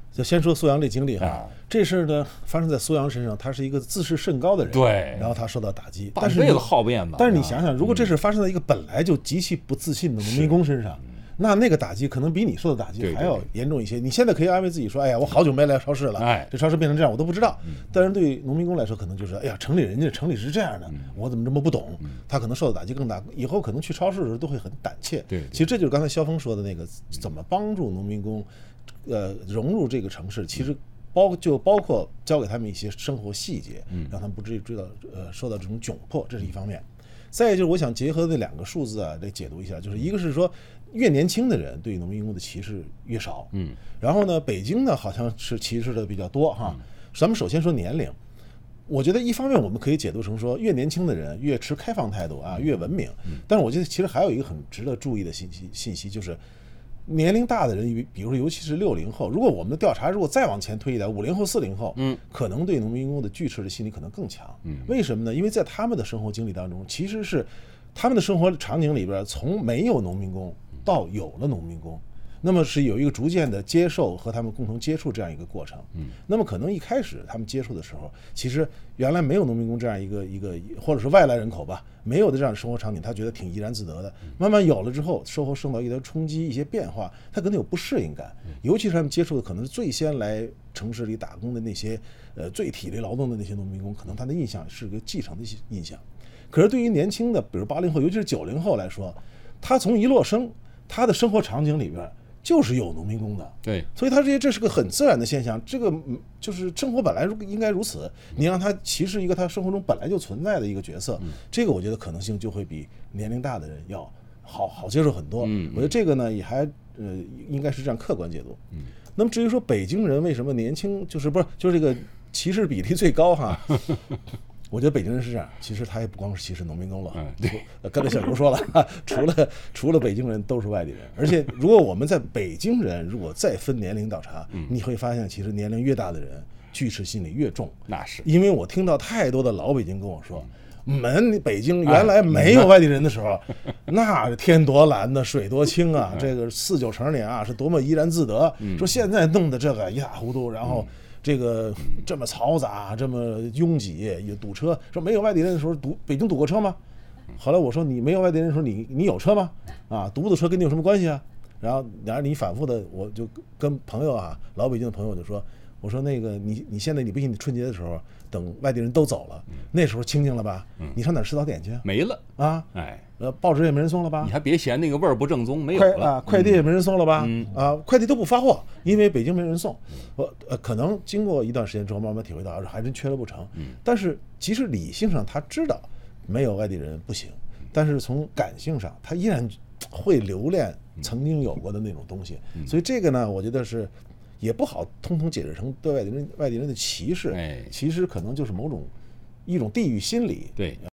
就先说苏阳这经历哈，这事呢发生在苏阳身上，他是一个自视甚高的人， 对， 然后他受到打击， 半辈子好面子。 但是你想想，如果这事发生在一个本来就极其不自信的农民工身上，那个打击可能比你受的打击还要严重一些。你现在可以安慰自己说，哎呀，我好久没来超市了，这超市变成这样我都不知道。但是对农民工来说，可能就是，哎呀，城里是这样的，我怎么这么不懂？他可能受的打击更大，以后可能去超市的时候都会很胆怯。 对， 其实这就是刚才肖峰说的那个，怎么帮助农民工，融入这个城市，其实。包括教给他们一些生活细节，让他们不至于受到这种窘迫，这是一方面。再就是我想结合那2个数字啊来解读一下，就是一个是说越年轻的人对农民工的歧视越少，然后呢北京呢好像是歧视的比较多哈。咱们首先说年龄，我觉得一方面我们可以解读成说越年轻的人越持开放态度啊，越文明，但是我觉得其实还有一个很值得注意的信息就是。年龄大的人，比如说尤其是60后，如果我们的调查如果再往前推一点，50后、40后，可能对农民工的拒斥的心理可能更强。为什么呢？因为在他们的生活经历当中，其实是他们的生活场景里边，从没有农民工到有了农民工，那么是有一个逐渐的接受和他们共同接触这样一个过程。那么可能一开始他们接触的时候，其实原来没有农民工这样一个或者是外来人口吧，没有的这样的生活场景，他觉得挺怡然自得的。慢慢有了之后，生活受到一点冲击、一些变化，他可能有不适应感。尤其是他们接触的可能是最先来城市里打工的那些最体力劳动的那些农民工，可能他的印象是个继承的印象。可是对于年轻的，比如80后，尤其是90后来说，他从一落生，他的生活场景里边。就是有农民工的， 对， 所以他这是个很自然的现象。这个就是生活本来应该如此，你让他歧视一个他生活中本来就存在的一个角色，这个我觉得可能性就会比年龄大的人要好接受很多。我觉得这个呢也还应该是这样客观解读。那么至于说北京人为什么年轻，就是这个歧视比例最高哈？我觉得北京人是这样，其实他也不光是歧视农民工了。刚才小刘说了，除了北京人都是外地人，而且如果我们在北京人如果再分年龄调查，你会发现其实年龄越大的人拒斥心理越重。 那是因为我听到太多的老北京跟我说，北京原来没有外地人的时候，那天多蓝的，水多清啊，这个4、9成里啊是多么怡然自得。说现在弄的这个一塌糊涂，然后。这个这么嘈杂，这么拥挤，也堵车。说没有外地人的时候，北京堵过车吗？后来我说你没有外地人的时候，你有车吗？啊，堵不堵车跟你有什么关系啊？然后你反复的，我就跟朋友啊，老北京的朋友就说，我说那个你现在你不信你春节的时候，等外地人都走了，那时候清静了吧？你上哪儿吃早点去？ 没了啊！报纸也没人送了吧？ 你还别嫌那个味儿不正宗，没有了。 快递也没人送了吧？快递都不发货，因为北京没人送。可能经过一段时间之后，慢慢体会到还真缺了不成。但是其实理性上他知道没有外地人不行，但是从感性上他依然会留恋曾经有过的那种东西。所以这个呢，我觉得是也不好通通解释成对外地人的歧视。其实可能就是一种地域心理。 对。